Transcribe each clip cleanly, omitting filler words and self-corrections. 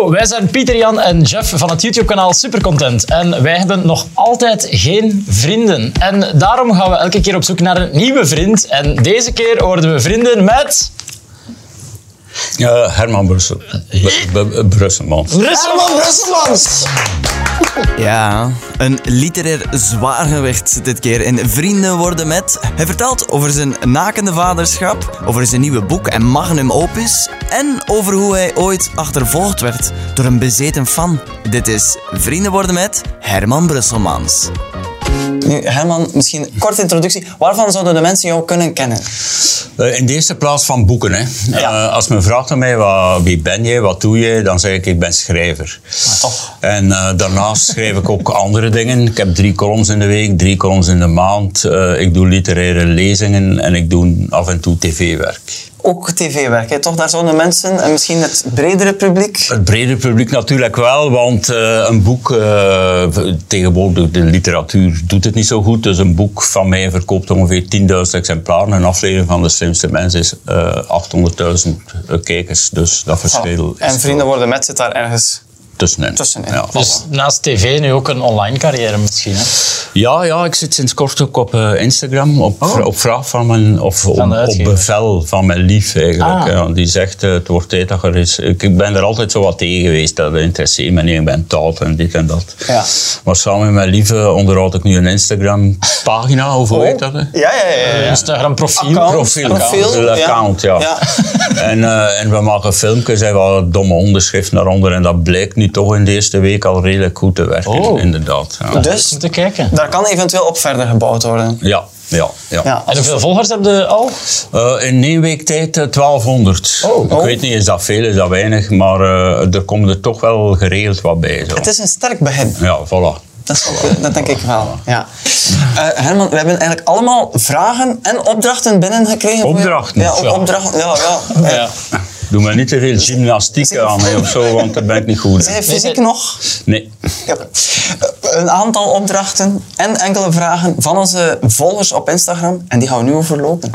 Hallo, wij zijn Pieter, Jan en Jeff van het YouTube-kanaal Supercontent. En wij hebben nog altijd geen vrienden. En daarom gaan we elke keer op zoek naar een nieuwe vriend. En deze keer worden we vrienden met... Herman Brusselmans. Herman Brusselmans! Ja, een literair zwaargewicht zit dit keer in Vrienden worden met. Hij vertelt over zijn nakende vaderschap, over zijn nieuwe boek en magnum opus en over hoe hij ooit achtervolgd werd door een bezeten fan. Dit is Vrienden worden met Herman Brusselmans. Nu, Herman, misschien een korte introductie. Waarvan zouden de mensen jou kunnen kennen? In de eerste plaats van boeken. Hè. Ja. Als men vraagt aan mij, wie ben je, wat doe je, dan zeg ik ben schrijver. Toch? En daarnaast schrijf ik ook andere dingen. Ik heb 3 columns in de week, 3 columns in de maand. Ik doe literaire lezingen en ik doe af en toe tv-werk. Ook tv-werk, hè? Toch? Daar zouden mensen, en misschien het bredere publiek... Het bredere publiek natuurlijk wel, want een boek, tegenwoordig de literatuur doet het niet zo goed, dus een boek van mij verkoopt ongeveer 10.000 exemplaren. Een aflevering van De Slimste Mens is 800.000 kijkers, dus dat verschil is... En Vrienden worden met zit daar ergens tussenin. Ja. Dus naast tv nu ook een online carrière misschien, hè? Ja, ik zit sinds kort ook op Instagram, op vraag van mijn, of op bevel van mijn lief eigenlijk. Ja, die zegt, het wordt tijd dat er is... Ik ben er altijd zo wat tegen geweest, dat interesseert me niet, ik ben taut en dit en dat. Ja. Maar samen met mijn lief onderhoud ik nu een Instagram pagina, of hoe heet dat? Hè? Ja. Instagram profiel. Account, ja. En we maken filmpjes en wat domme onderschriften daaronder en dat blijkt nu toch in de eerste week al redelijk goed te werken, inderdaad. Ja. Dus te kijken. Daar kan eventueel op verder gebouwd worden. Ja. En hoeveel volgers heb je al? In 1 week tijd 1200. Ik weet niet, is dat veel, is dat weinig, maar er komt er toch wel geregeld wat bij. Zo. Het is een sterk begin. Ja, voilà. Dat denk ik wel. Ja. Herman, we hebben eigenlijk allemaal vragen en opdrachten binnengekregen. Opdrachten? Ja, opdrachten. Ja. Doe me niet te veel gymnastiek aan of zo, want daar ben ik niet goed in. Zijn fysiek nog? Nee. Ja. Een aantal opdrachten en enkele vragen van onze volgers op Instagram. En die gaan we nu overlopen.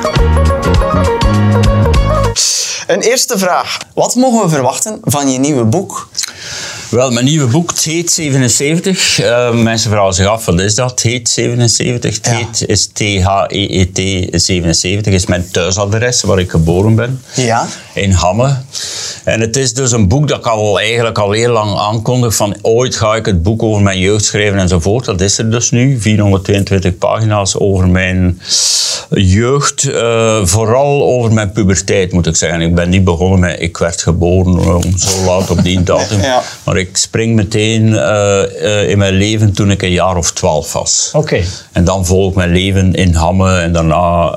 Een eerste vraag. Wat mogen we verwachten van je nieuwe boek? Wel, mijn nieuwe boek, het heet 77. Mensen vragen zich af, wat is dat? Het heet 77. Het heet is THEET 77. is mijn thuisadres, waar ik geboren ben. Ja. In Hamme. En het is dus een boek dat ik eigenlijk al heel lang aankondig. Van ooit ga ik het boek over mijn jeugd schrijven enzovoort. Dat is er dus nu. 422 pagina's over mijn jeugd. Vooral over mijn puberteit, moet ik zeggen. Ik ben niet begonnen met ik werd geboren om zo laat op die datum. Ja. Maar ik spring meteen in mijn leven toen ik een jaar of 12 was. Oké. En dan volg mijn leven in Hamme en daarna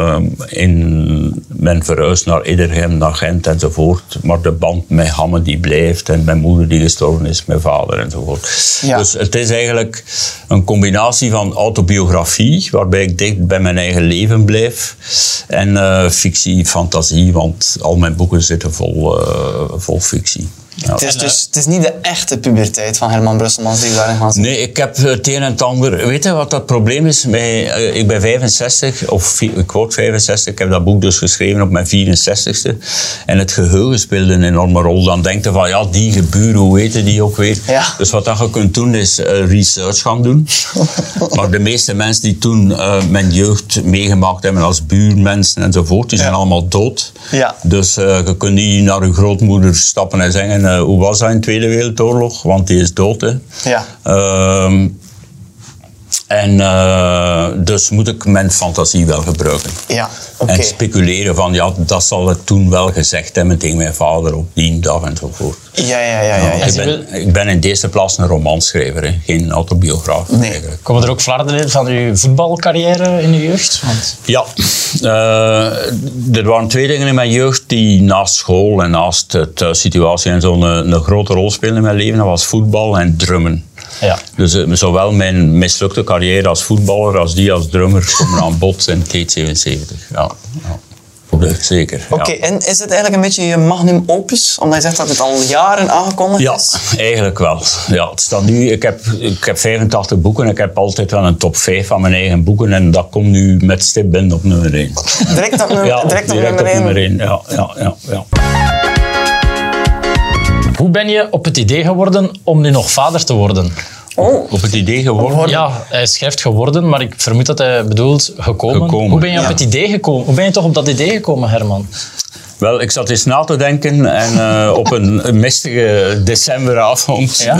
ben verhuisd naar Idergem, naar Gent enzovoort. Maar de band met Hamme die blijft en mijn moeder die gestorven is, mijn vader enzovoort. Ja. Dus het is eigenlijk een combinatie van autobiografie, waarbij ik dicht bij mijn eigen leven blijf, en fictie, fantasie, want al mijn boeken zitten vol fictie. Ja. Het is niet de echte puberteit van Herman Brusselmans die daarin gaat zien. Nee, ik heb het een en het ander... Weet je wat dat probleem is? Ik ben 65, of ik word 65. Ik heb dat boek dus geschreven op mijn 64ste. En het geheugen speelde een enorme rol. Dan denk je van, ja, die geburen, hoe weten die ook weer? Ja. Dus wat je kunt doen, is research gaan doen. Maar de meeste mensen die toen mijn jeugd meegemaakt hebben als buurmensen enzovoort, die zijn allemaal dood. Ja. Dus je kunt niet naar je grootmoeder stappen en zeggen... hoe was dat in de Tweede Wereldoorlog? Want die is dood, hè. Ja. Dus moet ik mijn fantasie wel gebruiken. Ja, oké. En speculeren van, ja, dat zal het toen wel gezegd hebben tegen mijn vader op die dag enzovoort. Ja. Ik ben in de eerste plaats een romanschrijver, hè. Geen autobiograaf. Nee. Eigenlijk. Komen er ook flarden in van uw voetbalcarrière in uw jeugd? Want... Ja, er waren 2 dingen in mijn jeugd die naast school en naast de thuissituatie en zo een grote rol speelden in mijn leven. Dat was voetbal en drummen. Ja. Dus zowel mijn mislukte carrière als voetballer als die als drummer komen aan bod in T 77. Ja. Zeker. Oké, en is het eigenlijk een beetje je magnum opus? Omdat je zegt dat het al jaren aangekondigd is? Ja, eigenlijk wel. Ja, het staat nu, ik heb 85 boeken. Ik heb altijd wel een top 5 van mijn eigen boeken. En dat komt nu met stip binnen op nummer 1. Direct op nummer 1? Ja. Hoe ben je op het idee geworden om nu nog vader te worden? Op het idee geworden? Ja, hij schrijft geworden, maar ik vermoed dat hij bedoelt gekomen. Hoe ben je op het idee gekomen? Hoe ben je toch op dat idee gekomen, Herman? Wel, ik zat eens na te denken en op een mistige decemberavond. Ja?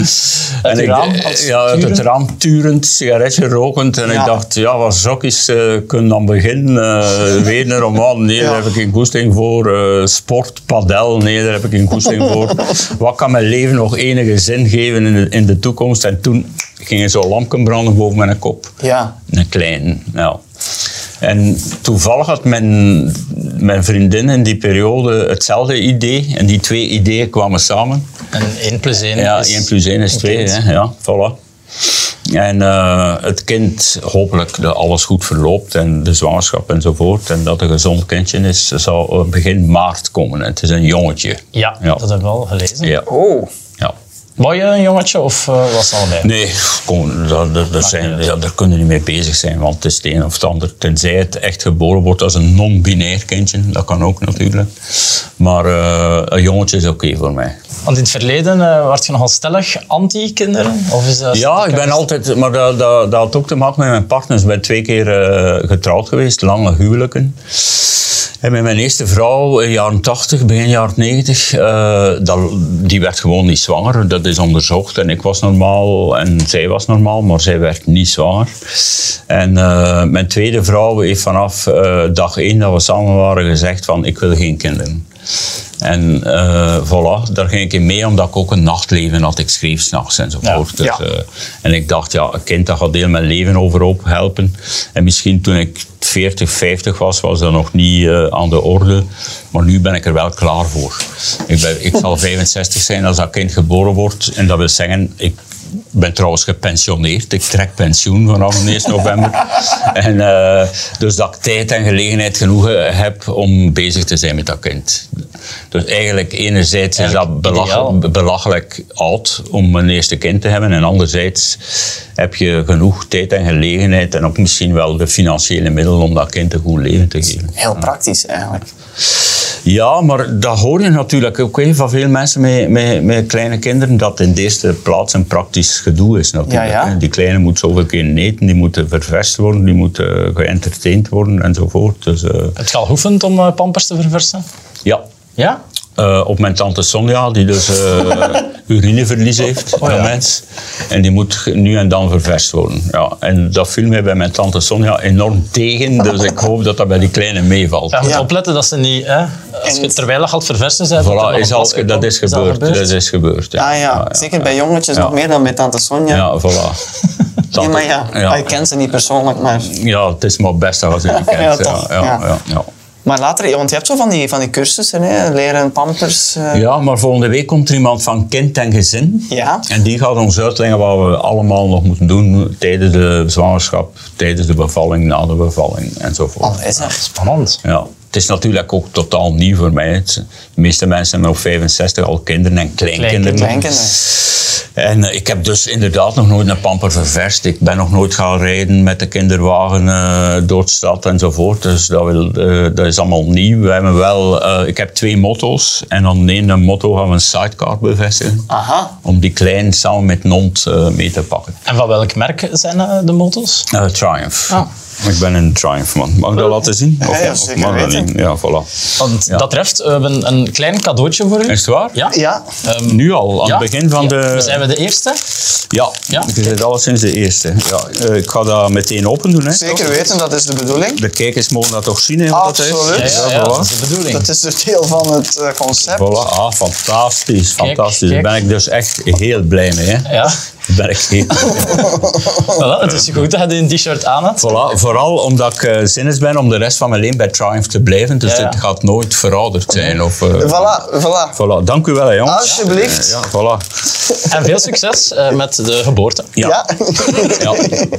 Uit het raam turend, sigaretje rokend. En ik dacht, ja, wat zou ik eens kunnen dan beginnen? Weer een roman, nee, daar heb ik geen goesting voor. Sport, padel, nee, daar heb ik geen goesting voor. Wat kan mijn leven nog enige zin geven in de toekomst? En toen ging er zo'n lampje branden boven mijn kop. Ja. Een klein, ja. En toevallig had mijn vriendin in die periode hetzelfde idee. En die 2 ideeën kwamen samen. En 1 plus 1 ja, is... 1 plus 1 is 2, hè. Ja, voilà. En het kind, hopelijk dat alles goed verloopt en de zwangerschap enzovoort. En dat een gezond kindje is, zal begin maart komen. Het is een jongetje. Ja, dat heb ik wel gelezen. Ja. Oh. Ja. Wou je een jongetje of was het allebei? Nee, daar kunnen we niet mee bezig zijn, want het is het een of het ander. Tenzij het echt geboren wordt als een non-binair kindje, dat kan ook natuurlijk. Maar een jongetje is oké voor mij. Want in het verleden was je nogal stellig anti-kinderen? Of is dat Ja, ik ben altijd... Maar dat had ook te maken met mijn partners. Ik ben 2 keer getrouwd geweest, lange huwelijken. En met mijn eerste vrouw in jaren 80, begin jaren 90, die werd gewoon niet zwanger. Dat is onderzocht en ik was normaal en zij was normaal, maar zij werd niet zwanger. En mijn tweede vrouw heeft vanaf dag 1 dat we samen waren gezegd van ik wil geen kinderen. En voilà, daar ging ik in mee omdat ik ook een nachtleven had. Ik schreef 's nachts enzovoort. Ja. Dus, en ik dacht, ja, een kind dat gaat heel mijn leven overhoop helpen. En misschien toen ik 40, 50 was dat nog niet aan de orde. Maar nu ben ik er wel klaar voor. Ik zal 65 zijn als dat kind geboren wordt. En dat wil zeggen, ik ben trouwens gepensioneerd. Ik trek pensioen vanaf 1 november. En, dus dat ik tijd en gelegenheid genoeg heb om bezig te zijn met dat kind. Dus eigenlijk enerzijds is dat belachelijk oud om een eerste kind te hebben. En anderzijds heb je genoeg tijd en gelegenheid en ook misschien wel de financiële middelen om dat kind een goed leven te geven. Heel praktisch eigenlijk. Ja, maar dat hoor je natuurlijk ook van veel mensen met kleine kinderen, dat in de eerste plaats een praktisch gedoe is natuurlijk. Ja. Die kleine moet zoveel keer eten, die moeten ververst worden, die moeten geëntertained worden enzovoort. Dus, Heb je al geoefend om pampers te verversen? ja. Ja? Op mijn tante Sonja, die dus urineverlies heeft, een mens. En die moet nu en dan ververst worden. Ja, en dat viel mij bij mijn tante Sonja enorm tegen, dus ik hoop dat dat bij die kleine meevalt. Ja, je moet opletten dat ze niet... als je terwijl je aan het verversen bent... Voilà, dat is gebeurd. Dat is gebeurd. Ja. Ja. Zeker bij jongetjes nog meer dan bij tante Sonja. Ja, voilà. Ja, maar ik ken ze niet persoonlijk, maar... Ja, het is maar best als je die kent. Ja, toch. Ja. Maar later, want je hebt zo van die cursussen, hè? Leren pampers... Ja, maar volgende week komt er iemand van kind en gezin. Ja. En die gaat ons uitleggen wat we allemaal nog moeten doen tijdens de zwangerschap, tijdens de bevalling, na de bevalling enzovoort. Oh, is dat spannend. Ja. Het is natuurlijk ook totaal nieuw voor mij. De meeste mensen hebben op 65 al kinderen en kleinkinderen. Kleinkinderen. En ik heb dus inderdaad nog nooit een pamper ververst. Ik ben nog nooit gaan rijden met de kinderwagen door de stad enzovoort. Dus dat is allemaal nieuw. We hebben wel, ik heb 2 motto's. En dan in een motto gaan we een sidecar bevestigen. Aha. Om die klein samen met Nont mee te pakken. En van welk merk zijn de motto's? Triumph. Ah. Ik ben een Triumph man. Mag ik dat laten zien? Ja, zeker mag dat weten. niet? Ja, voilà. Want dat treft, we hebben een klein cadeautje voor u. Is het waar? Ja. Ja. Nu al, aan het begin van de... Zijn we de eerste? Ja, Ja. je zit alleszins de eerste. Ja, ik ga dat meteen open doen. Hè. Zeker weten, dat is de bedoeling. De kijkers mogen dat toch zien, hè, wat dat is? Absoluut. Ja, voilà. dat is de bedoeling. Dat is dus deel van het concept. Voilà. Ah, fantastisch, fantastisch. kijk. Daar ben ik dus echt heel blij mee. Hè. Ja. Daar ben ik heel blij mee. Voilà, het is goed dat je een t-shirt aan hebt. Voilà, vooral omdat ik zinnig ben om de rest van mijn leven bij Triumph te blijven. Dus Ja. dit gaat nooit verouderd zijn. Of, Voilà. voilà. Dank u wel, hè, jongens. Alsjeblieft. Ja, voilà. En veel succes met de geboorte. Ja. Ja.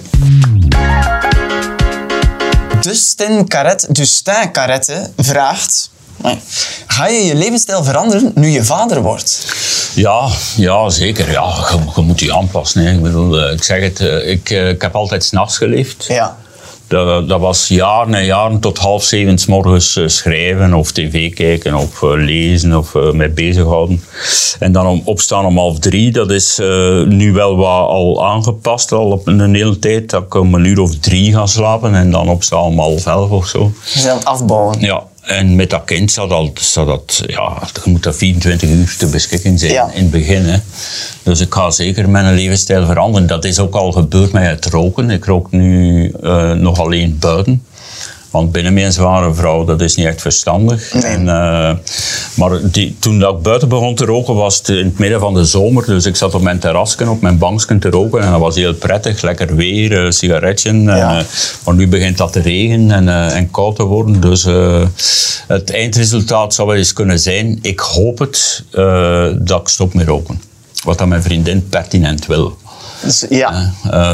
Dustin Carrette vraagt... Ga je je levensstijl veranderen nu je vader wordt? Ja, zeker. Ja, je moet je aanpassen. Hè. Ik bedoel, ik zeg het, ik heb altijd 's nachts geleefd. Ja. Dat was jaren en jaren tot 6:30 's morgens schrijven of tv kijken of lezen of mee bezighouden. En dan opstaan om 2:30, dat is nu wel wat al aangepast, al op een hele tijd. Dat ik om 1:03 ga slapen en dan opstaan om 10:30 of zo. Je bent afbouwen. Ja, en met dat kind staat dat ja, je moet dat 24 uur te beschikking zijn in het begin. Hè. Dus ik ga zeker mijn levensstijl veranderen. Dat is ook al gebeurd met het roken. Ik rook nu nog alleen buiten. Want binnen mijn zware vrouw, dat is niet echt verstandig. Nee. En, maar toen dat ik buiten begon te roken, was het in het midden van de zomer. Dus ik zat op mijn terrasje, op mijn bankje te roken. En dat was heel prettig, lekker weer, sigaretje. Ja. Maar nu begint dat te regenen en koud te worden. Dus het eindresultaat zou wel eens kunnen zijn, ik hoop het, dat ik stop met roken. Wat dat mijn vriendin pertinent wil. Dus, ja.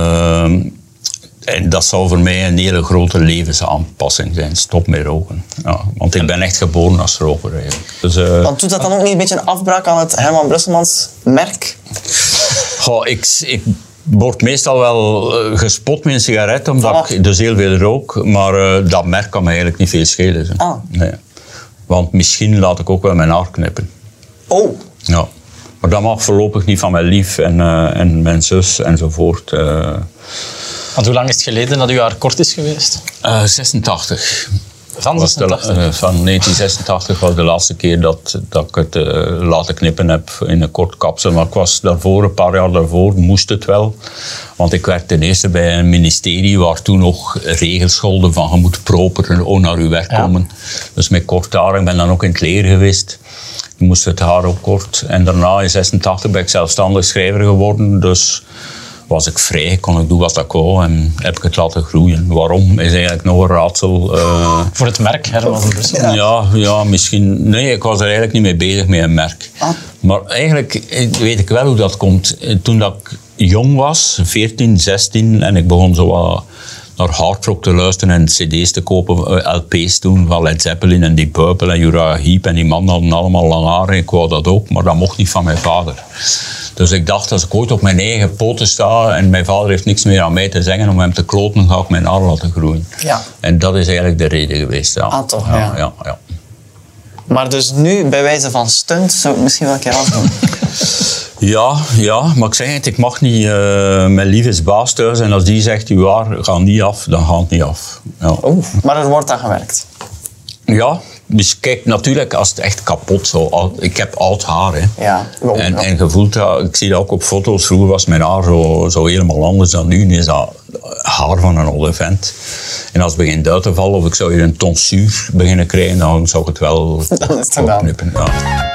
En dat zou voor mij een hele grote levensaanpassing zijn. Stop met roken. Ja, want ik ben echt geboren als roker eigenlijk. Dus, Want doet dat dan ook niet een beetje een afbraak aan het Herman Brusselmans merk? Goh, ik word meestal wel gespot met een sigaret, omdat ik dus heel veel rook. Maar dat merk kan me eigenlijk niet veel schelen. Ah. Nee. Want misschien laat ik ook wel mijn haar knippen. Oh. Ja. Maar dat mag voorlopig niet van mijn lief en mijn zus enzovoort. Want hoe lang is het geleden dat uw haar kort is geweest? 86. Van Van 86? Van 1986 was de laatste keer dat ik het laten knippen heb in een kort kapsel. Maar ik was daarvoor, een paar jaar daarvoor, moest het wel. Want ik werkte ten eerste bij een ministerie waar toen nog regels golden van je moet proper naar je werk komen. Dus met kort haar, ik ben dan ook in het leer geweest. Ik moest het haar ook kort. En daarna in 86 ben ik zelfstandig schrijver geworden. Dus was ik vrij, kon ik doen wat ik wou en heb ik het laten groeien. Waarom is eigenlijk nog een raadsel. Voor het merk Herman van Brussel? Ja, misschien. Nee, ik was er eigenlijk niet mee bezig met een merk. Maar eigenlijk weet ik wel hoe dat komt. Toen dat ik jong was, 14, 16, en ik begon zo wat naar hardrock te luisteren en cd's te kopen, LP's toen, van Led Zeppelin en Deep Purple en Uriah Heep. En die mannen hadden allemaal lang haar en ik wou dat ook, maar dat mocht niet van mijn vader. Dus ik dacht, als ik ooit op mijn eigen poten sta en mijn vader heeft niks meer aan mij te zeggen om hem te kloten, ga ik mijn haar laten groeien. Ja. En dat is eigenlijk de reden geweest. Ja. Ah, toch? Ja. Maar dus nu, bij wijze van stunt, zou ik misschien wel een keer afdoen. Ja, maar ik zeg het, ik mag niet mijn liefdes baas thuis en als die zegt, uw haar gaat niet af, dan gaat het niet af. Ja. Oh, maar er wordt aan gewerkt. Ja, dus kijk, natuurlijk als het echt kapot zo. Ik heb oud haar, hè. Ja. En je voelt dat, ik zie dat ook op foto's. Vroeger was mijn haar zo helemaal anders dan nu. Nu is dat haar van een oude vent. En als het begint uit te vallen, of ik zou hier een tonsuur beginnen krijgen, dan zou ik het wel opknippen. Ja.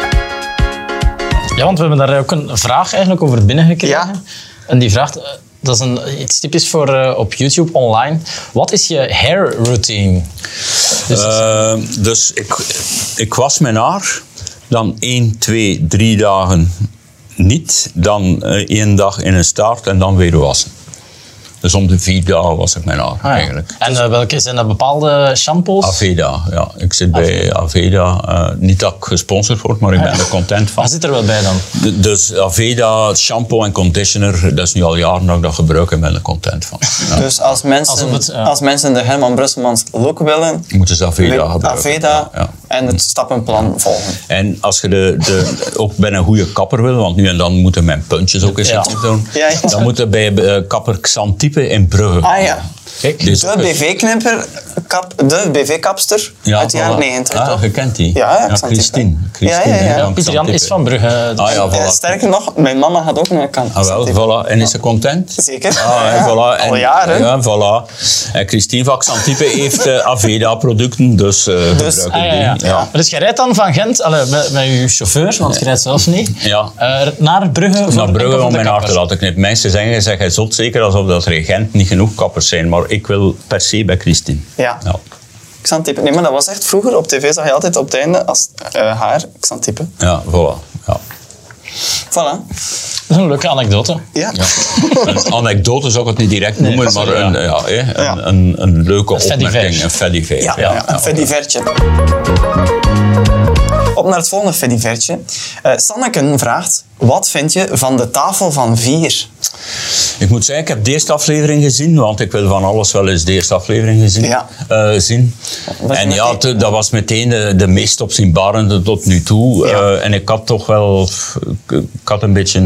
Ja, want we hebben daar ook een vraag eigenlijk over binnengekregen. Ja. En die vraagt, dat is iets typisch voor op YouTube online. Wat is je hair routine? Dus ik was mijn haar, dan 1, 2, 3 dagen niet, dan 1 dag in een staart en dan weer wassen. Dus om de 4 dagen was ik mijn haar eigenlijk. En welke zijn dat bepaalde shampoos? Aveda, ja. Ik zit bij Aveda. Niet dat ik gesponsord word, maar ik ben er content van. Wat zit er wel bij dan? Dus Aveda, shampoo en conditioner, dat is nu al jaren dat ik dat gebruik en ben er content van. Ja. Dus als mensen de Herman Brusselmans look willen, moeten ze Aveda gebruiken. Aveda en het stappenplan volgen. En als je ook bij een goede kapper wil, want nu en dan moeten mijn puntjes ook eens doen, dan moet je bij kapper Xantippe in Brugge. Ah ja. Kijk, de BV-knipper, de BV-kapster uit de jaren 90. Ja, je kent die. Ja, Christine. Pieter Jan is van Brugge. Voilà. Sterker nog, mijn mama had ook een kant. Voilà. En is ze content? Zeker. Voilà. Al jaren. Ja, voilà. En Christine van Xantippe heeft Aveda-producten, dus gebruiken die. Ja. Dus je rijdt dan van Gent met je chauffeur, want je rijdt zelf niet, naar Brugge om mijn haar te laten knippen. Mensen zeggen zot zeker alsof dat er in Gent niet genoeg kappers zijn, maar ik wil per se bij Christine. Ja. Xantippe. Nee, maar dat was echt vroeger. Op tv zag je altijd op het einde als haar Xantippe. Ja, voilà. Ja. Voilà. Dat is een leuke anekdote. Ja. Een anekdote zou ik het niet direct noemen, maar een leuke opmerking. Een fediver. Ja, een fedivertje. Op naar het volgende fedivertje. Sanneken vraagt, wat vind je van de tafel van 4? Ik moet zeggen, ik heb de eerste aflevering gezien, want ik wil van alles wel eens de eerste aflevering zien. En ja, dat was meteen de meest opzienbarende tot nu toe. En ik had toch wel... Ik had een beetje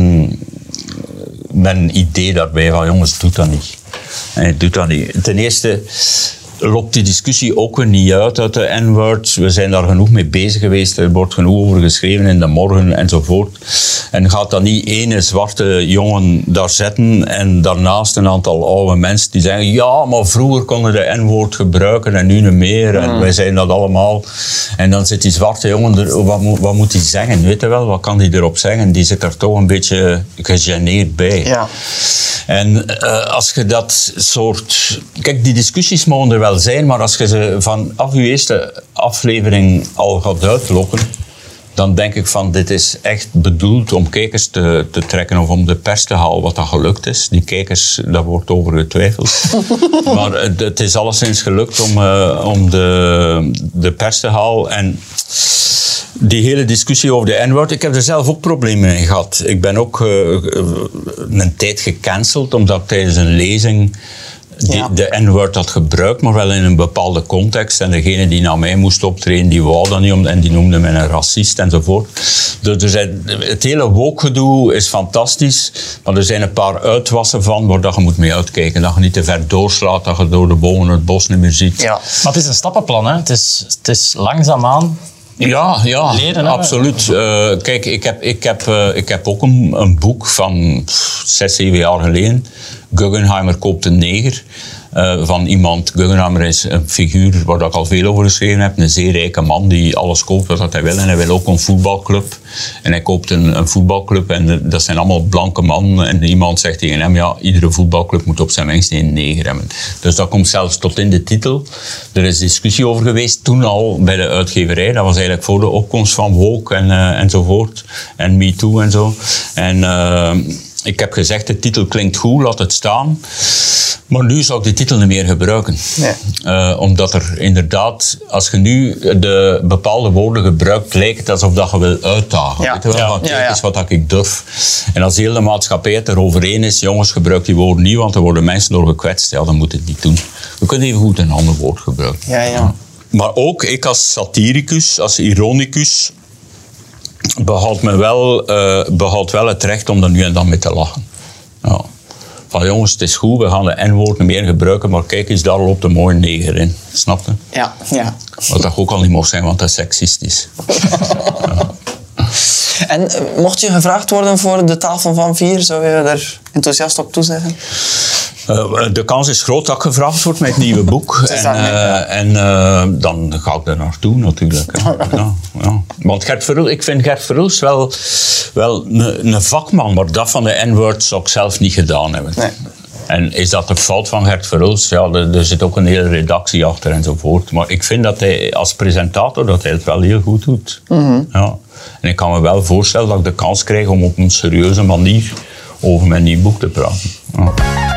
mijn idee daarbij van, jongens, doe dat niet. En doe dat niet. Ten eerste loopt die discussie ook weer niet uit de N-word. We zijn daar genoeg mee bezig geweest. Er wordt genoeg over geschreven in de morgen enzovoort. En gaat dan niet ene zwarte jongen daar zetten en daarnaast een aantal oude mensen die zeggen ja, maar vroeger konden de N-woord gebruiken en nu niet meer. En wij zijn dat allemaal. En dan zit die zwarte jongen er, wat moet hij zeggen? Weet je wel, wat kan hij erop zeggen? Die zit er toch een beetje gegeneerd bij. Ja. En als je dat soort... Kijk, die discussies mogen er wel zijn, maar als je ze vanaf je eerste aflevering al gaat uitlokken, dan denk ik van, dit is echt bedoeld om kijkers te trekken of om de pers te halen, wat dat gelukt is. Die kijkers, daar wordt over getwijfeld. Maar het is alleszins gelukt om de pers te halen. En die hele discussie over de N-word, ik heb er zelf ook problemen mee gehad. Ik ben ook een tijd gecanceld, omdat ik tijdens een lezing de N-word had gebruikt, maar wel in een bepaalde context. En degene die naar mij moest optreden, die wou dat niet, en die noemde mij een racist enzovoort. Dus het hele woke-gedoe is fantastisch, maar er zijn een paar uitwassen van waar dat je moet mee uitkijken. Dat je niet te ver doorslaat, dat je door de bomen het bos niet meer ziet. Ja. Maar het is een stappenplan, hè? Het is langzaamaan... Ja, leren, absoluut. Kijk, ik heb ook een boek van 6, 7 jaar geleden. Guggenheimer koopt een neger. Van iemand, Guggenheimer is een figuur waar ik al veel over geschreven heb. Een zeer rijke man die alles koopt wat hij wil. En hij wil ook een voetbalclub. En hij koopt een voetbalclub en dat zijn allemaal blanke mannen. En iemand zegt tegen hem, ja, iedere voetbalclub moet op zijn minst een neger hebben. Dus dat komt zelfs tot in de titel. Er is discussie over geweest, toen al bij de uitgeverij. Dat was eigenlijk voor de opkomst van woke enzovoort. En Me Too en zo. En ik heb gezegd, de titel klinkt goed, laat het staan. Maar nu zou ik die titel niet meer gebruiken. Nee. Omdat er inderdaad, als je nu de bepaalde woorden gebruikt, lijkt het alsof dat je wil uitdagen. Ja. Weet je wel, van kijk eens wat ik durf. En als de hele maatschappij het erover eens is, jongens, gebruik die woorden niet, want er worden mensen door gekwetst. Ja, dan moet je het niet doen. We kunnen even goed een ander woord gebruiken. Ja. Maar ook, ik als satiricus, als ironicus, behoud wel het recht om er nu en dan mee te lachen. Ja. Van jongens, het is goed, we gaan de N-woord niet meer gebruiken, maar kijk eens, daar loopt een mooie neger in. Snap je? Ja. Wat dat ook al niet mag zijn, want dat is seksistisch. En mocht je gevraagd worden voor de tafel van 4, zou je daar enthousiast op toezeggen? De kans is groot dat ik gevraagd word met het nieuwe boek. En dan ga ik daar naartoe natuurlijk. Ja. Want ik vind Gert Verhulst wel een vakman, maar dat van de N-word zou ik zelf niet gedaan hebben. Nee. En is dat de fout van Gert Verhulst? Ja, er zit ook een hele redactie achter enzovoort. Maar ik vind dat hij als presentator dat hij het wel heel goed doet. Mm-hmm. Ja. En ik kan me wel voorstellen dat ik de kans krijg om op een serieuze manier over mijn nieuw boek te praten. Ja.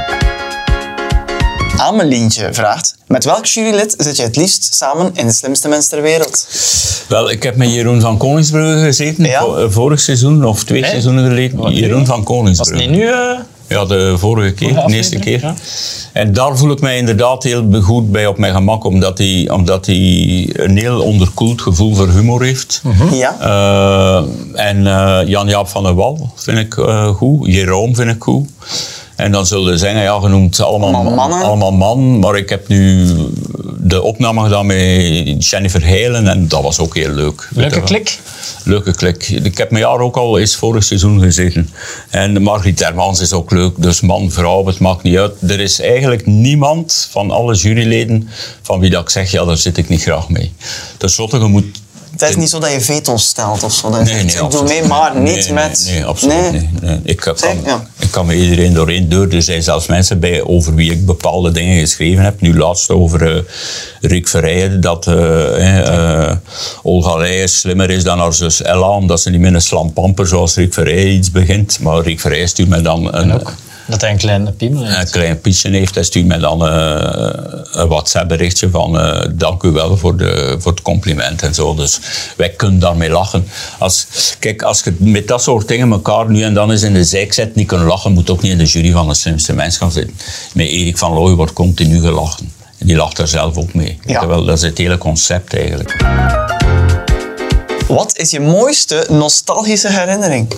Amelientje vraagt, met welk jurylid zit je het liefst samen in De Slimste Mens ter Wereld? Wel, ik heb met Jeroen van Koningsbrugge gezeten, vorig seizoen of 2 seizoenen geleden. Jeroen van Koningsbrugge. Was het niet nu? Ja, de vorige keer, de eerste keer. Ja. En daar voel ik mij inderdaad heel goed bij op mijn gemak, omdat hij een heel onderkoeld gevoel voor humor heeft. Mm-hmm. Ja. En Jan-Jaap van der Wal vind ik goed, Jeroen vind ik goed. En dan zullen ze zeggen, ja, je noemt allemaal man, maar ik heb nu de opname gedaan met Jennifer Helen en dat was ook heel leuk. Leuke klik? Leuke klik. Ik heb mijn jaar ook al eens vorig seizoen gezeten. En Margriet Hermans is ook leuk, dus man, vrouw, het maakt niet uit. Er is eigenlijk niemand van alle juryleden van wie dat ik zeg, ja, daar zit ik niet graag mee. Ten slotte, je moet... Het is niet zo dat je veto stelt of zo. Nee, ik doe mee, maar niet met... Nee, absoluut niet. Ik kan met iedereen doorheen deur. Er zijn zelfs mensen bij over wie ik bepaalde dingen geschreven heb. Nu laatst over Rick Verheijen, dat Olga Leijen slimmer is dan haar zus Ella, omdat ze niet met een slampamper zoals Rick Verheijen iets begint. Maar Rick Verheijen stuurt mij dan Dat hij een kleine piemel heeft. Een klein pietje heeft, hij stuurt mij dan een WhatsApp-berichtje van dank u wel voor het compliment en zo. Dus wij kunnen daarmee lachen. Als je met dat soort dingen elkaar nu en dan eens in de zijk zet, niet kunnen lachen, moet ook niet in de jury van de slimste mens gaan zitten. Met Erik van Looy wordt continu gelachen. En die lacht er zelf ook mee. Ja. Terwijl, dat is het hele concept eigenlijk. Wat is je mooiste nostalgische herinnering?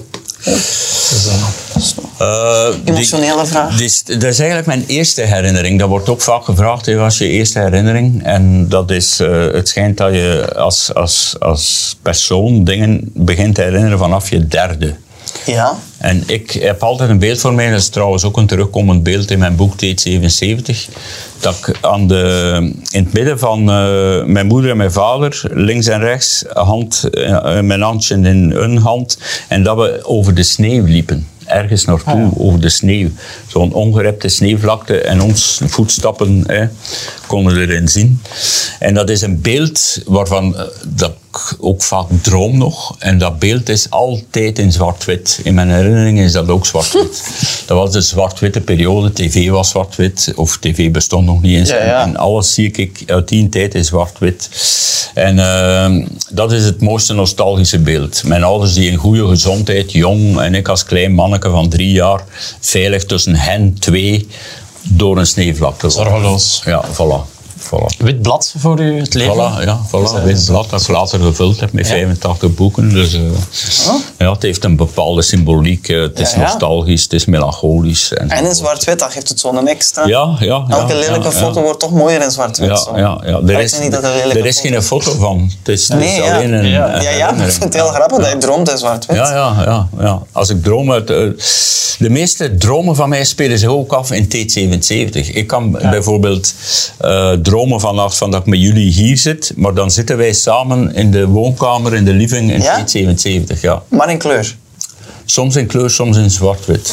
Emotionele vraag. Dat is eigenlijk mijn eerste herinnering. Dat wordt ook vaak gevraagd, wat is je eerste herinnering? En dat is, het schijnt dat je als persoon dingen begint te herinneren vanaf je derde. Ja. En ik heb altijd een beeld voor mij, dat is trouwens ook een terugkomend beeld in mijn boek T77, dat ik in het midden van mijn moeder en mijn vader, links en rechts, mijn handje in hun hand, en dat we over de sneeuw liepen. Ergens naartoe, over de sneeuw. Zo'n ongerepte sneeuwvlakte en ons voetstappen konden erin zien. En dat is een beeld waarvan dat ik ook vaak droom nog. En dat beeld is altijd in zwart-wit. In mijn herinnering is dat ook zwart-wit. Dat was de zwart-witte periode. TV was zwart-wit. Of tv bestond nog niet eens. Ja. En alles zie ik uit die tijd in zwart-wit. En dat is het mooiste nostalgische beeld. Mijn ouders die in goede gezondheid, jong, en ik als klein manneke van 3 jaar, veilig tussen hen 2 door een sneeuwvlakte. Zorgeloos. Ja, voilà. Wit blad voor u, het leven? Voilà, wit blad dat ik later gevuld heb met 85 boeken. Dus ja, het heeft een bepaalde symboliek. Het is nostalgisch, het is melancholisch. En in zwart-wit, dat geeft het zo'n extra. Ja. Elke lelijke foto wordt toch mooier in zwart-wit. Er is geen foto van. Het is alleen een Ja, maar ik vind het heel grappig dat je droomt in zwart-wit. Ja. Als ik droom uit... de meeste dromen van mij spelen zich ook af in T77. Ik kan bijvoorbeeld dromen vanaf dat ik met jullie hier zit, maar dan zitten wij samen in de woonkamer, in de living in T77. Ja. Maar in kleur? Soms in kleur, soms in zwart-wit.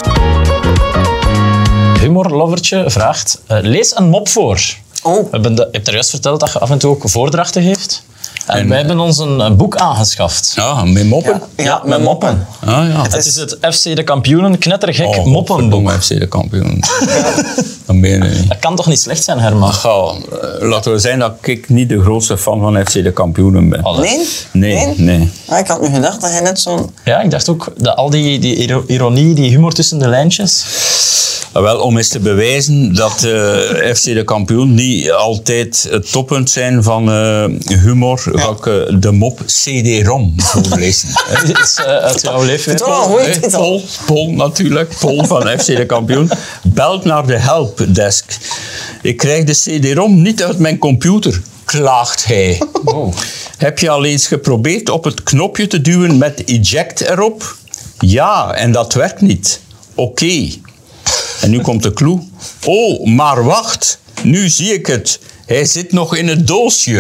Humorlovertje vraagt, lees een mop voor. Oh. Je hebt er juist verteld dat je af en toe ook voordrachten geeft. En wij hebben ons een boek aangeschaft. Ja, met moppen? Ja, met moppen. Het is het FC de Kampioenen knettergek moppenboek. FC de Kampioenen. Dan ben je niet. Dat kan toch niet slecht zijn, Herman? Laten we zijn dat ik niet de grootste fan van FC de Kampioenen ben. Nee. Ik had nu gedacht dat hij net zo'n... Ja, ik dacht ook, al die ironie, die humor tussen de lijntjes. Wel, om eens te bewijzen dat FC de Kampioen niet altijd het toppunt zijn van humor, ga ik de mop CD-ROM voorlezen. Is uit jouw leeftijd. Paul natuurlijk, Paul van FC de Kampioen, belt naar de helpdesk. Ik krijg de CD-ROM niet uit mijn computer, klaagt hij. Oh. Heb je al eens geprobeerd op het knopje te duwen met eject erop? Ja, en dat werkt niet. Oké. En nu komt de clue. Oh, maar wacht. Nu zie ik het. Hij zit nog in het doosje.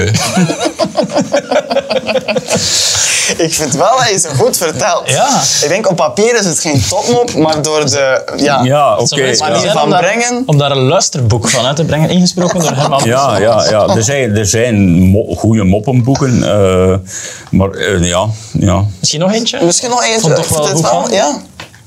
Ik vind wel dat je zo goed vertelt. Ja. Ik denk op papier is het geen topmop, maar door de manier van brengen... Om daar een luisterboek van uit te brengen, ingesproken door Herman. Ja. Er zijn goede moppenboeken. Maar ja. Misschien nog eentje? Misschien nog eentje. Vond toch wel goed van? Ja.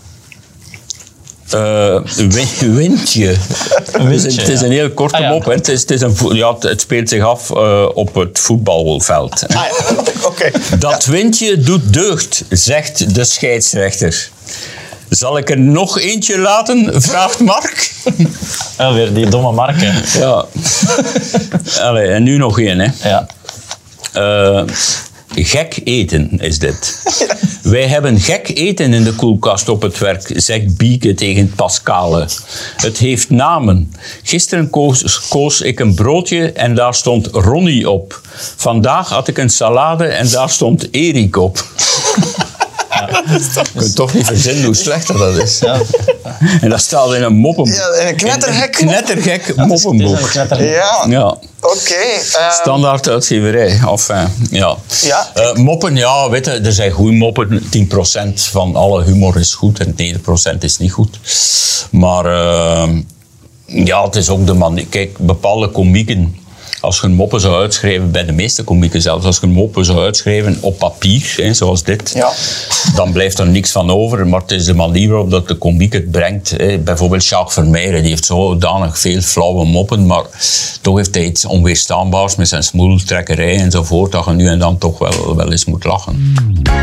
Windje. Het is een heel korte mop. Hè. Het speelt zich af op het voetbalveld. Oké. Dat windje doet deugd, zegt de scheidsrechter. Zal ik er nog eentje laten? Vraagt Mark. Weer die domme Mark. Ja. Allee, en nu nog één. Hè. Ja. Gek eten is dit. Wij hebben gek eten in de koelkast op het werk, zegt Bieke tegen Pascale. Het heeft namen. Gisteren koos ik een broodje en daar stond Ronnie op. Vandaag had ik een salade en daar stond Erik op. Je kunt toch niet verzinnen hoe slecht dat is. Ja. En dat staat in een moppenboek. Ja, in een knettergek. Knettergek moppenboek. Ja. Oké. Standaard uitgeverij. Moppen, weet je, er zijn goede moppen. 10% van alle humor is goed en 9% is niet goed. Maar het is ook de manier. Kijk, bepaalde komieken Als je een moppen zou uitschrijven, bij de meeste komieken zelfs, als je een moppen zou uitschrijven op papier, hè, zoals dit, Ja. dan blijft er niks van over. Maar het is de manier waarop dat de komiek het brengt. Hè. Bijvoorbeeld Jacques Vermeijren, die heeft zodanig veel flauwe moppen, maar toch heeft hij iets onweerstaanbaars met zijn smoeltrekkerij enzovoort, dat je nu en dan toch wel eens moet lachen.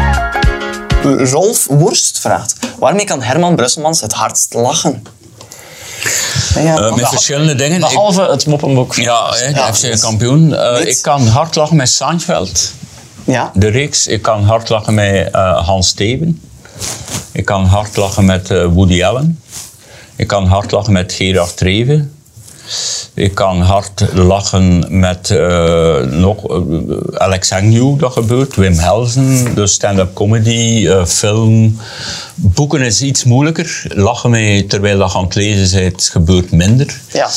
Rolf Worst vraagt, waarmee kan Herman Brusselmans het hardst lachen? Ja. Met verschillende dingen. Behalve het moppenboek. Ja, hè, de Ja, FC dus kampioen. niet. Ik kan hard lachen met Seinfeld. Ja. De reeks. Ik kan hard lachen met Hans Steven. Ik kan hard lachen met Woody Allen. Ik kan hard lachen met Gerard Reven. Ik kan hard lachen met Alex Agnew, dat gebeurt. Wim Helsen, de stand-up comedy, film. Boeken is iets moeilijker. Lachen mee terwijl je aan het lezen bent, gebeurt minder. Ja.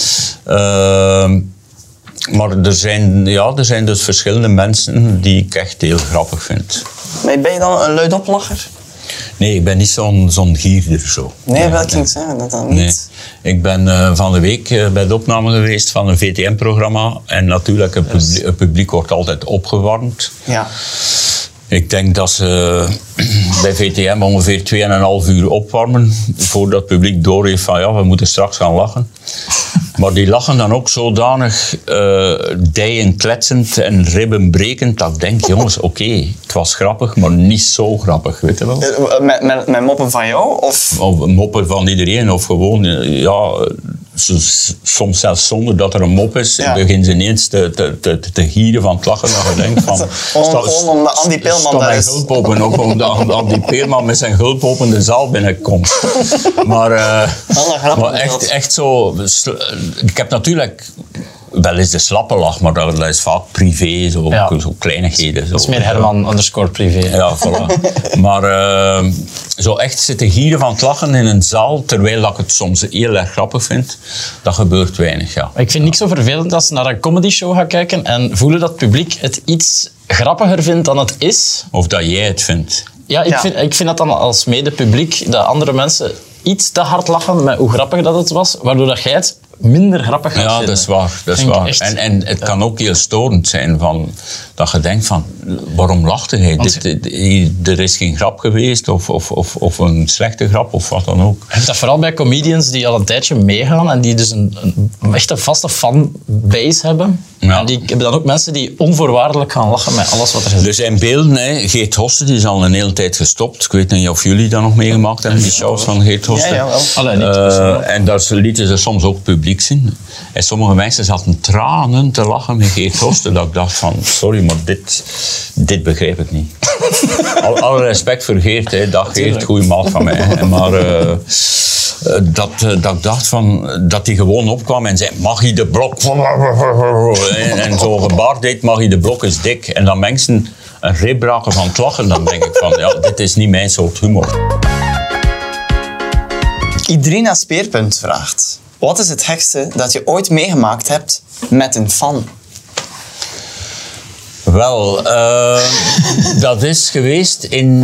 Maar er zijn dus verschillende mensen die ik echt heel grappig vind. Maar ben je dan een luidoplacher? Nee, ik ben niet zo'n gierder zo. Nee, wel klinkt zeggen dat dan niet. Nee. Ik ben van de week bij de opname geweest van een VTM-programma. En natuurlijk, het publiek wordt altijd opgewarmd. Ja. Ik denk dat ze bij VTM ongeveer 2,5 uur opwarmen voordat het publiek doorheeft van ja, we moeten straks gaan lachen. Maar die lachen dan ook zodanig dijen kletsend en ribben brekend dat ik denk, jongens, oké, het was grappig, maar niet zo grappig, weet je wel. Met moppen van jou? Of moppen van iedereen, of gewoon, soms zelfs zonder dat er een mop is, Ja. beginnen ze ineens te gieren van het lachen. Dat je denkt van... Gewoon omdat Andy Peelman daar is. Hulpopen, ook omdat Andy Peelman met zijn hulpopen de zaal binnenkomt. Maar, maar echt zo... Ik heb natuurlijk wel eens de slappe lach, maar dat is vaak privé, zo kleinigheden. Zo. Dat is meer Herman_privé. Ja, voilà. Maar zo echt zitten gieren van het lachen in een zaal, terwijl ik het soms heel erg grappig vind, dat gebeurt weinig, ja. Maar ik vind niks zo vervelend als ze naar een comedyshow gaan kijken en voelen dat het publiek het iets grappiger vindt dan het is. Of dat jij het vindt. Ja, ik vind dat dan als mede-publiek, dat andere mensen iets te hard lachen met hoe grappig dat het was, waardoor dat jij het minder grappig gaat Ja, vinden. dat is waar. Dat is Vind ik waar. echt. En het kan ook heel storend zijn van, dat je denkt van, waarom lachte hij? Er is geen grap geweest of een slechte grap of wat dan ook. Je hebt dat vooral bij comedians die al een tijdje meegaan en die dus een echte vaste fanbase hebben. Ja. En die hebben dan ook mensen die onvoorwaardelijk gaan lachen met alles wat er gezegd Er zijn beelden, hè. Geert Hoste die is al een hele tijd gestopt. Ik weet niet of jullie dat nog meegemaakt hebben, die shows van Geert Hoste. Ja, jawel. Allee, niet. En daar lieten ze soms ook publiek zien. En sommige mensen zaten tranen te lachen met Geert Hoste. Dat ik dacht van, sorry, maar dit begrijp ik niet. Alle respect voor Geert, hè. Dag Geert, goede maat van mij. Hè. Maar dat ik dacht van, dat hij gewoon opkwam en zei, mag je de blok? En zo'n gebaar deed, mag je de blok is dik. En dan mensen een rib braken van het lachen. Dan denk ik van, ja, dit is niet mijn soort humor. Idrina Speerpunt vraagt, wat is het gekste dat je ooit meegemaakt hebt met een fan? Wel, dat is geweest in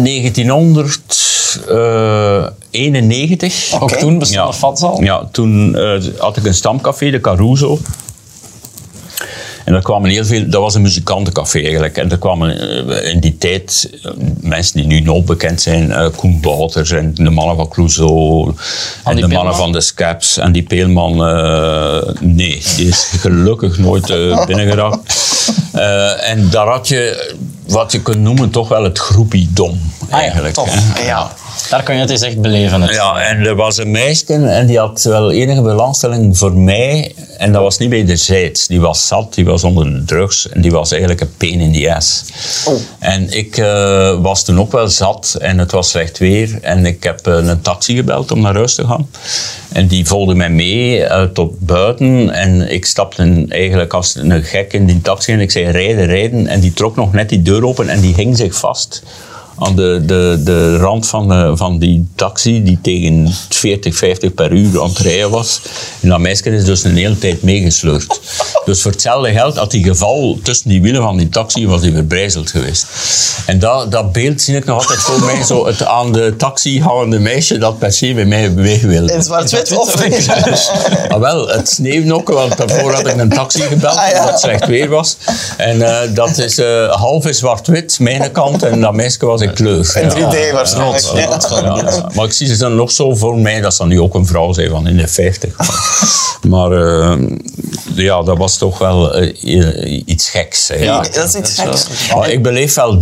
1991. Ook Oké. toen bestond de fans al. Ja, toen had ik een stamcafé, de Caruso. En daar kwamen heel veel, dat was een muzikantencafé eigenlijk. En er kwamen in die tijd mensen die nu nog bekend zijn, Koen Wouters en de mannen van Clouseau. En de mannen van de Scaps. En die Peelman, nee, die is gelukkig nooit binnengeraakt. En daar had je, wat je kunt noemen, toch wel het groepiedom eigenlijk. Tof. Hè. Ja. Daar kan je het eens echt beleven. Het. Ja, en er was een meisje en die had wel enige belangstelling voor mij. En dat was niet wederzijds. Die was zat, die was onder de drugs en die was eigenlijk een pain in the ass. Oh. En ik was toen ook wel zat en het was slecht weer. En ik heb een taxi gebeld om naar huis te gaan. En die volgde mij mee tot buiten. En ik stapte eigenlijk als een gek in die taxi en ik zei rijden. En die trok nog net die deur open en die hing zich vast aan de rand van die taxi die tegen 40, 50 per uur aan het rijden was. En dat meisje is dus een hele tijd meegesleurd. Dus voor hetzelfde geld had die geval tussen die wielen van die taxi was die verbrijzeld geweest. En dat beeld zie ik nog altijd voor mij, zo het aan de taxi hangende meisje dat per se bij mij bewegen wilde. In zwart-wit of? Ah, wel, het sneeuwde ook, want daarvoor had ik een taxi gebeld, omdat het slecht weer was. En dat is half in zwart-wit, mijn kant, en dat meisje was in kleur. In 3D waarschijnlijk. Ja. Maar ik zie ze dan nog zo voor mij, dat ze dan nu ook een vrouw zijn van in de 50. Maar ja, dat was toch wel iets geks. Ja, dat is iets geks. Maar ik beleef wel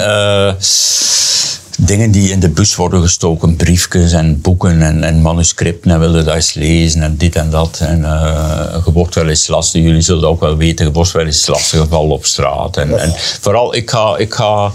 dingen die in de bus worden gestoken, briefjes en boeken en manuscripten en wilde dat eens lezen en dit en dat. En je wordt wel eens lastig, jullie zullen dat ook wel weten, je wordt wel eens lastig gevallen op straat. En vooral, ik ga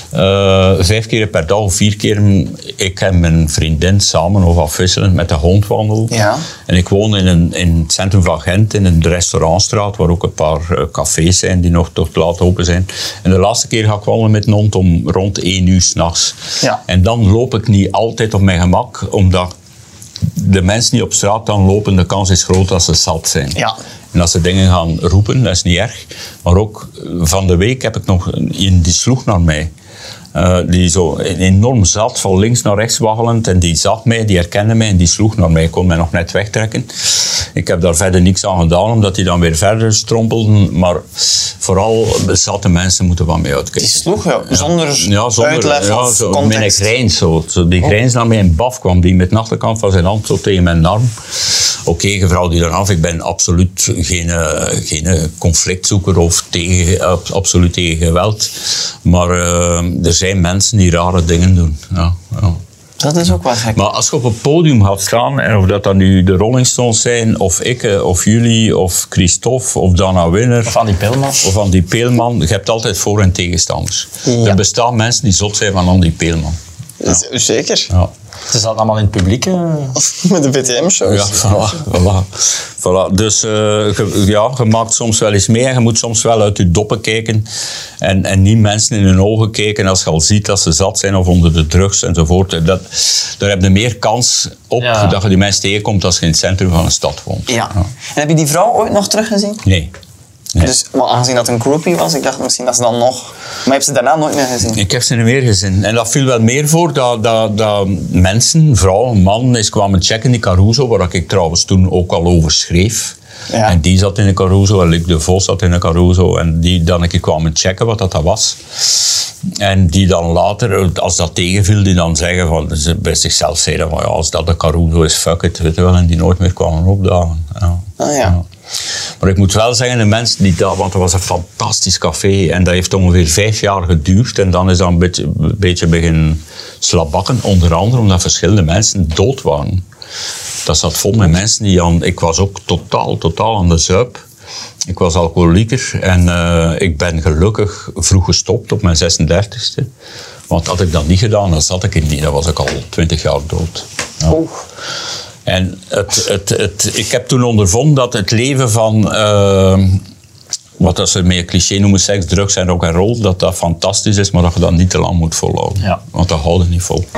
5 keer per dag of 4 keer, ik en mijn vriendin samen of afwisselend met de hond wandelen. Ja. En ik woon in het centrum van Gent, in een restaurantstraat, waar ook een paar cafés zijn die nog tot laat open zijn. En de laatste keer ga ik wandelen met een hond om rond 1 uur 's nachts. Ja. En dan loop ik niet altijd op mijn gemak, omdat de mensen die op straat dan lopen, de kans is groot dat ze zat zijn. Ja. En als ze dingen gaan roepen, dat is niet erg. Maar ook van de week heb ik nog een die sloeg naar mij. Die zo enorm zat, van links naar rechts waggelend. En die zag mij, die herkende mij en die sloeg naar mij. Ik kon mij nog net wegtrekken. Ik heb daar verder niks aan gedaan, omdat die dan weer verder strompelden. Maar vooral zatte mensen moeten van mij uitkijken. Die sloeg zonder uitleg of zo, context. Mijn grijns zo die grijns naar mij in baf kwam, die met de achterkant van zijn hand zo tegen mijn arm. Oké, mevrouw die eraf, ik ben absoluut geen conflictzoeker of absoluut tegen geweld. Maar er zijn mensen die rare dingen doen. Ja. Dat is ook wel gek. Maar als je op een podium gaat staan, en of dat dan nu de Rolling Stones zijn, of ik, of jullie, of Christophe, of Dana Winner. Of Andy Peelman. Je hebt altijd voor- en tegenstanders. Ja. Er bestaan mensen die zot zijn van Andy Peelman. Ja. Zeker. Ja. Ze zaten allemaal in het publiek. Met de BTM-shows. Ja, voilà. Dus je maakt soms wel eens mee en je moet soms wel uit je doppen kijken en niet mensen in hun ogen kijken als je al ziet dat ze zat zijn of onder de drugs enzovoort. Daar heb je meer kans op dat je die mensen tegenkomt als je in het centrum van een stad woont. Ja. En heb je die vrouw ooit nog teruggezien? Nee. Dus, maar aangezien dat een groupie was, ik dacht misschien dat ze dan nog... Maar je hebt ze daarna nooit meer gezien? Ik heb ze niet meer gezien. En dat viel wel meer voor dat mensen, vrouwen, mannen, eens kwamen checken in Caruso, waar ik trouwens toen ook al over schreef. Ja. En die zat in de Caruso, en Luc de Vos zat in de Caruso. En die dan een keer kwamen checken wat dat was. En die dan later, als dat tegenviel, die dan zeggen van, ze bij zichzelf zeiden van, ja, als dat de Caruso is, fuck it, weet je wel. En die nooit meer kwamen opdagen. Ja. Ja. Maar ik moet wel zeggen, de mensen die dat, want dat was een fantastisch café en dat heeft ongeveer 5 jaar geduurd en dan is dat een beetje beginnen slabakken, onder andere omdat verschillende mensen dood waren. Dat zat vol met mensen die ik was ook totaal aan de zuip. Ik was alcoholieker en ik ben gelukkig vroeg gestopt op mijn 36e. Want had ik dat niet gedaan, dan zat ik er niet, dan was ik al 20 jaar dood. Ja. En ik heb toen ondervonden dat het leven van, wat ze meer cliché noemen, seks, drugs en rock'n'roll, dat fantastisch is, maar dat je dat niet te lang moet volhouden. Ja. Want dat houdt niet vol.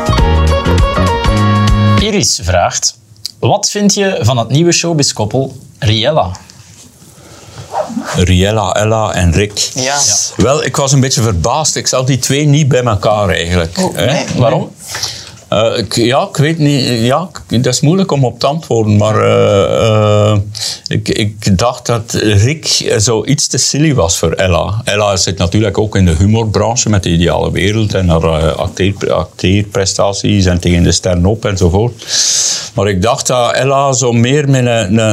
Iris vraagt, wat vind je van het nieuwe showbiz-koppel Riella? Riella, Ella en Rick. Ja. Wel, ik was een beetje verbaasd. Ik zag die twee niet bij elkaar eigenlijk. Nee. Waarom? Ik weet niet. Ja, dat is moeilijk om op te antwoorden, maar ik dacht dat Rick zo iets te silly was voor Ella. Ella zit natuurlijk ook in de humorbranche met de Ideale Wereld en haar acteerprestaties en tegen de sterren op enzovoort. Maar ik dacht dat Ella zo meer met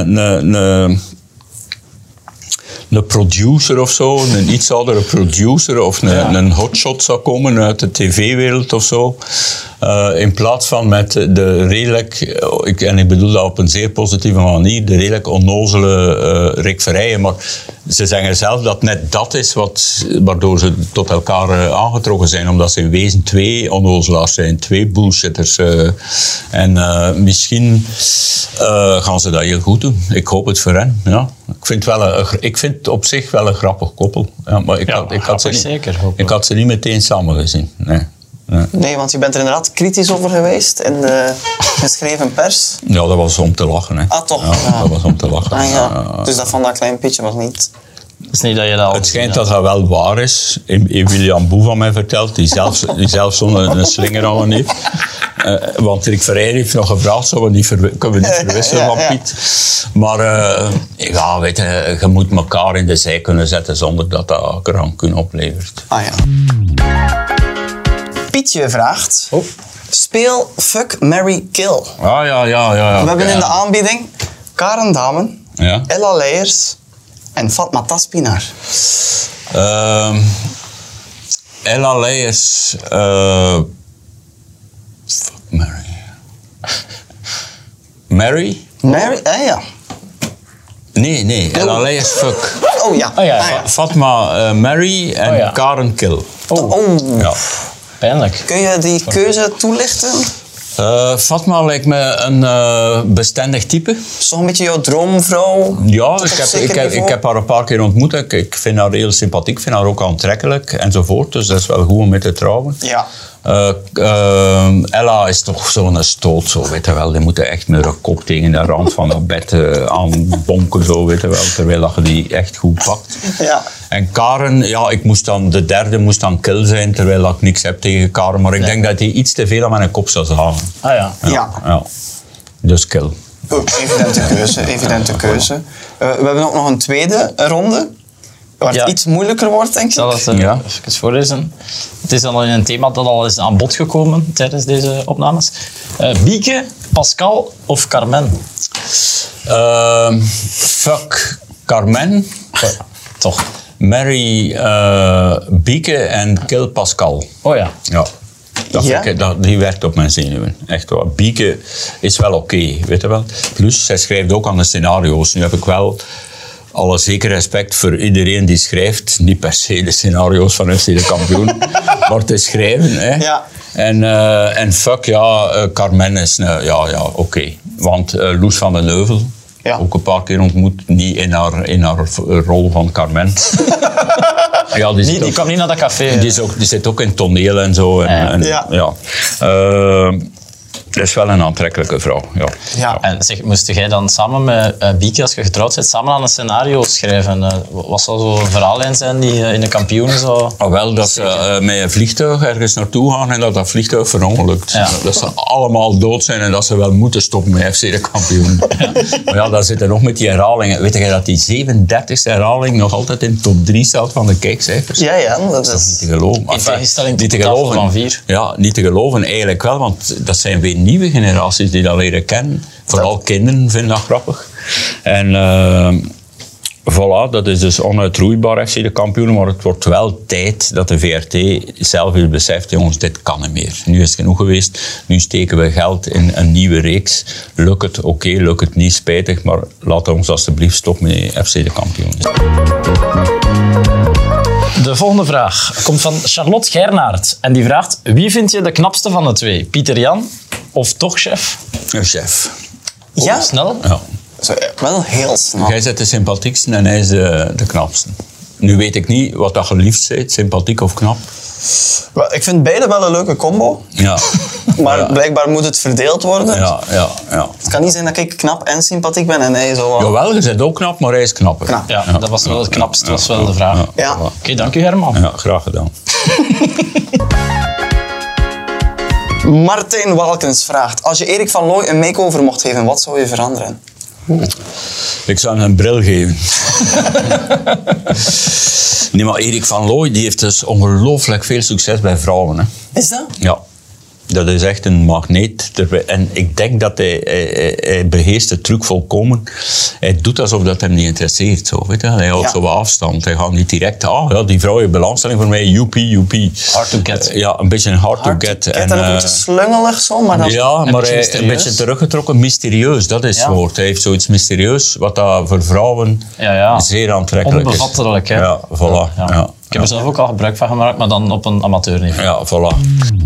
een producer of zo, een iets oudere producer of een hotshot zou komen uit de tv-wereld of zo. In plaats van met de redelijk, en ik bedoel dat op een zeer positieve manier, de redelijk onnozele Rick Verheijen. Maar ze zeggen zelf dat net dat is waardoor ze tot elkaar aangetrokken zijn, omdat ze in wezen 2 onnozelaars zijn, 2 bullshitters. En misschien gaan ze dat heel goed doen. Ik hoop het voor hen. Ja. Ik vind het op zich wel een grappig koppel. Ja, maar ik had ze niet meteen samen gezien. Nee. Nee, want je bent er inderdaad kritisch over geweest in de geschreven pers. Ja, dat was om te lachen. Hè. Ah, toch? Ja, dat was om te lachen. Ah, ja. Dus dat van dat klein pitje was niet... Het is niet dat je dat al Het schijnt dat dat wel waar is. William Boe van mij vertelt, die zelf zo'n slinger aan heeft. Want Rick Verheyen heeft nog gevraagd, kunnen we niet verwisselen van Piet. Maar ja, weet je moet elkaar in de zij kunnen zetten zonder dat dat rancune oplevert. Ah ja. Pietje vraagt... Speel Fuck, Marry, Kill. Ja. We hebben in de aanbieding Karen Damen, Ja. Ella Leijers en Fatma Taspinar. Ella Leijers... fuck, Mary. Mary? Mary? Ja. Nee. Ella Leijers, fuck. Oh ja. Oh ja, Ah, ja. Fatma, Mary en Oh ja. Karen Kill. Oh. Ja. Pijnlijk. Kun je die keuze toelichten? Fatma lijkt me een bestendig type. Zo'n beetje jouw droomvrouw? Ja, Tot op zeker ik niveau? heb haar een paar keer ontmoet. Ik vind haar heel sympathiek, ik vind haar ook aantrekkelijk enzovoort. Dus dat is wel goed om mee te trouwen. Ja. Ella is toch zo'n stoot, zo, weet je wel. Die moeten echt met haar kop tegen de rand van dat bed aanbonken, zo, weet je wel. Terwijl dat je die echt goed pakt. Ja. En Karen, ja, de derde moest dan Kill zijn, terwijl ik niks heb tegen Karen. Maar ik denk dat hij iets te veel aan mijn kop zou zagen. Ah ja. Ja. Dus Kill. Evidente keuze. We hebben ook nog een tweede ronde. Waar het Ja. iets moeilijker wordt, denk Ik zal ik. het Ja. even voorlezen. Het is dan een thema dat al is aan bod gekomen tijdens deze opnames. Bieke, Pascal of Carmen? Fuck Carmen. Toch. Marry Bieke en Kill Pascal. Oh ja. Ja. Ja? Die werkt op mijn zenuwen. Echt waar. Bieke is wel oké, weet je wel. Plus, zij schrijft ook aan de scenario's. Nu heb ik wel alle zeker respect voor iedereen die schrijft. Niet per se de scenario's van FC de Kampioen, maar te schrijven. Hè. Ja. En fuck, ja, Carmen is oké. Want Loes van den Heuvel, Ja. ook een paar keer ontmoet, niet in haar rol van Carmen. Ja, Die kwam niet naar dat café. die zit ook in toneel en zo. Ja. Dat is wel een aantrekkelijke vrouw. Ja. Ja. En zeg, moest jij dan samen met Bieke, als je getrouwd bent, samen aan een scenario schrijven? Wat zou zo'n verhaallijn zijn die in de kampioenen zo... Wel dat ze met een vliegtuig ergens naartoe gaan en dat vliegtuig verongelukt. Ja. Dat ze allemaal dood zijn en dat ze wel moeten stoppen met FC de Kampioen. Maar ja, daar zitten nog met die herhalingen. Weet je dat die 37e herhaling nog altijd in top 3 staat van de kijkcijfers? Ja, dat Dat is niet is... te geloven. In tegenstelling niet tot te de tafel geloven. van 4. Ja, niet te geloven eigenlijk wel, want dat zijn weer nieuwe generaties die dat leren kennen. Vooral kinderen vinden dat grappig. En voilà, dat is dus onuitroeibaar FC de Kampioen, maar het wordt wel tijd dat de VRT zelf eens beseft, jongens, dit kan niet meer. Nu is het genoeg geweest, nu steken we geld in een nieuwe reeks. Lukt het, oké, lukt het niet, spijtig, maar laten we ons alsjeblieft stoppen met FC de Kampioen. De volgende vraag komt van Charlotte Gernaert. En die vraagt, wie vind je de knapste van de twee? Pieter Jan of toch chef? Een chef. Ja? Snel? Ja. Zo, wel heel snel. Jij bent de sympathiekste en hij is de knapste. Nu weet ik niet wat dat je liefst bent, sympathiek of knap. Wel, ik vind beide wel een leuke combo. Ja. Maar Ja. blijkbaar moet het verdeeld worden. Ja. Het kan niet zijn dat ik knap en sympathiek ben en hij zo wel... Jawel, je bent ook knap, maar hij is knapper. Knap. Ja, dat was wel het knapste, was wel de vraag. Ja. Oké, dank u Herman. Ja, graag gedaan. Martijn Walkens vraagt, als je Erik van Looy een makeover mocht geven, wat zou je veranderen? Ik zou hem een bril geven. Nee, maar Erik van Looy die heeft dus ongelooflijk veel succes bij vrouwen. Hè. Is dat? Ja. Dat is echt een magneet. En ik denk dat hij beheerst de truc volkomen. Hij doet alsof dat hem niet interesseert. Zo, weet je? Hij houdt Ja. zo wat afstand. Hij gaat niet direct... die vrouw heeft belangstelling voor mij. Joepie. Hard to get. Ja, een beetje hard to get. En een beetje slungelig zo, maar dan... Ja, maar beetje hij een mysterieus. beetje teruggetrokken. Mysterieus, dat is het Ja. woord. Hij heeft zoiets mysterieus, wat dat voor vrouwen Ja. zeer aantrekkelijk is. Onbevattelijk, hè? Ja, voilà. Ja. Ik heb er zelf ook al gebruik van gemaakt, maar dan op een amateurniveau. Ja, voilà.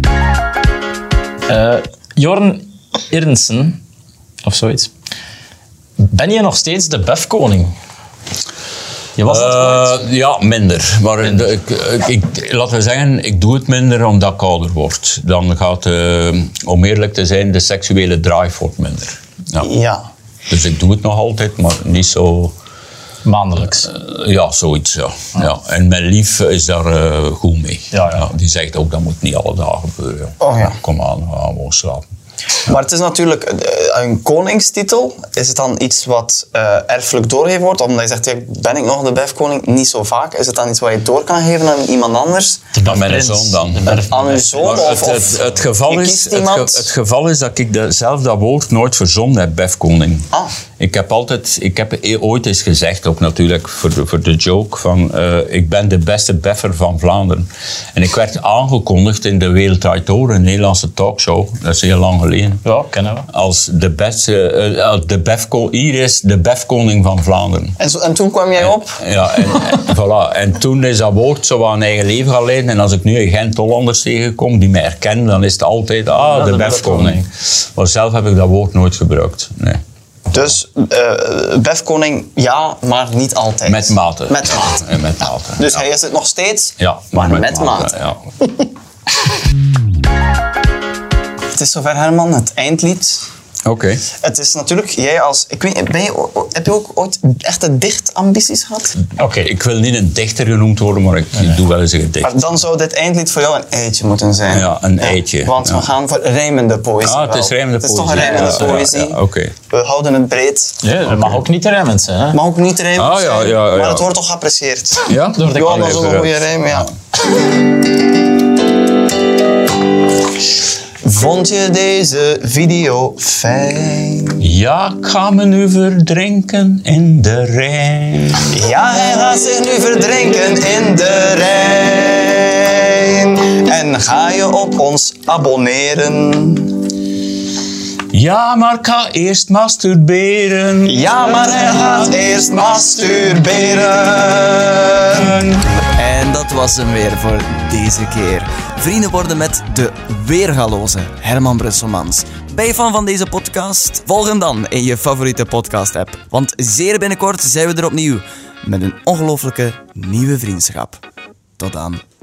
Jorn Irnsen, of zoiets. Ben je nog steeds de befkoning? Je was dat ooit? Ja, minder. Maar laten we zeggen, ik doe het minder omdat ik ouder word. Dan gaat, om eerlijk te zijn, de seksuele drive wordt minder. Ja. Ja. Dus ik doe het nog altijd, maar niet zo... Maandelijks. Ja, zoiets, ja. Ja. En mijn lief is daar goed mee. Ja. Die zegt ook, dat moet niet alle dagen gebeuren. Oh ja. Kom aan, we gaan gewoon slapen. Maar het is natuurlijk een koningstitel. Is het dan iets wat erfelijk doorgegeven wordt? Omdat je zegt, ja, ben ik nog de befkoning? Niet zo vaak. Is het dan iets wat je door kan geven aan iemand anders? Aan mijn zoon dan. Aan uw zoon? Maar Of het geval is dat ik zelf dat woord nooit verzonnen heb, befkoning. Ah. Ik heb ooit eens gezegd, ook natuurlijk voor de joke, van ik ben de beste beffer van Vlaanderen. En ik werd aangekondigd in de Wereld Draait Door, een Nederlandse talkshow, dat is heel lang geleden. Ja, kennen we. Als de beste, hier is de befkoning van Vlaanderen. En toen kwam jij op? Ja, en voilà. En toen is dat woord zo aan eigen leven gaan leiden. En als ik nu in Gent Hollanders tegenkom die mij herkennen, dan is het altijd, de befkoning. Maar zelf heb ik dat woord nooit gebruikt. Nee. Dus befkoning, ja, maar niet altijd. Met mate. Met mate. Ja, met mate. Dus hij is het nog steeds, Ja, maar met mate. Ja. Het is zover, Herman, het eindlied. Oké. Het is natuurlijk, jij als... Ik weet, heb je ook ooit echte dichtambities gehad? Oké. Ik wil niet een dichter genoemd worden, maar ik doe wel eens een gedicht. Maar dan zou dit eindlied voor jou een eitje moeten zijn. Ja, een eitje. Want we gaan voor rijmende poëzie. Ah, het is wel. rijmende Het is toch poëzie. een rijmende Ja, poëzie. ja, oké. We houden het breed. Ja, dat mag ook niet rijmend zijn. Hè? Mag ook niet rijmend Ah, ja, zijn, ja, ja. maar het wordt toch geapprecieerd. Ja? Door de Ja, dat is Allee, een goede rijm, ja. Vond je deze video fijn? Ja, ik ga me nu verdrinken in de Rijn. Ja, hij gaat zich nu verdrinken in de Rijn. En ga je op ons abonneren? Ja, maar ik ga eerst masturberen. Ja, maar hij gaat eerst masturberen. En dat was hem weer voor deze keer. Vrienden worden met de weergaloze Herman Brusselmans. Ben je fan van deze podcast? Volg hem dan in je favoriete podcast-app. Want zeer binnenkort zijn we er opnieuw met een ongelooflijke nieuwe vriendschap. Tot dan.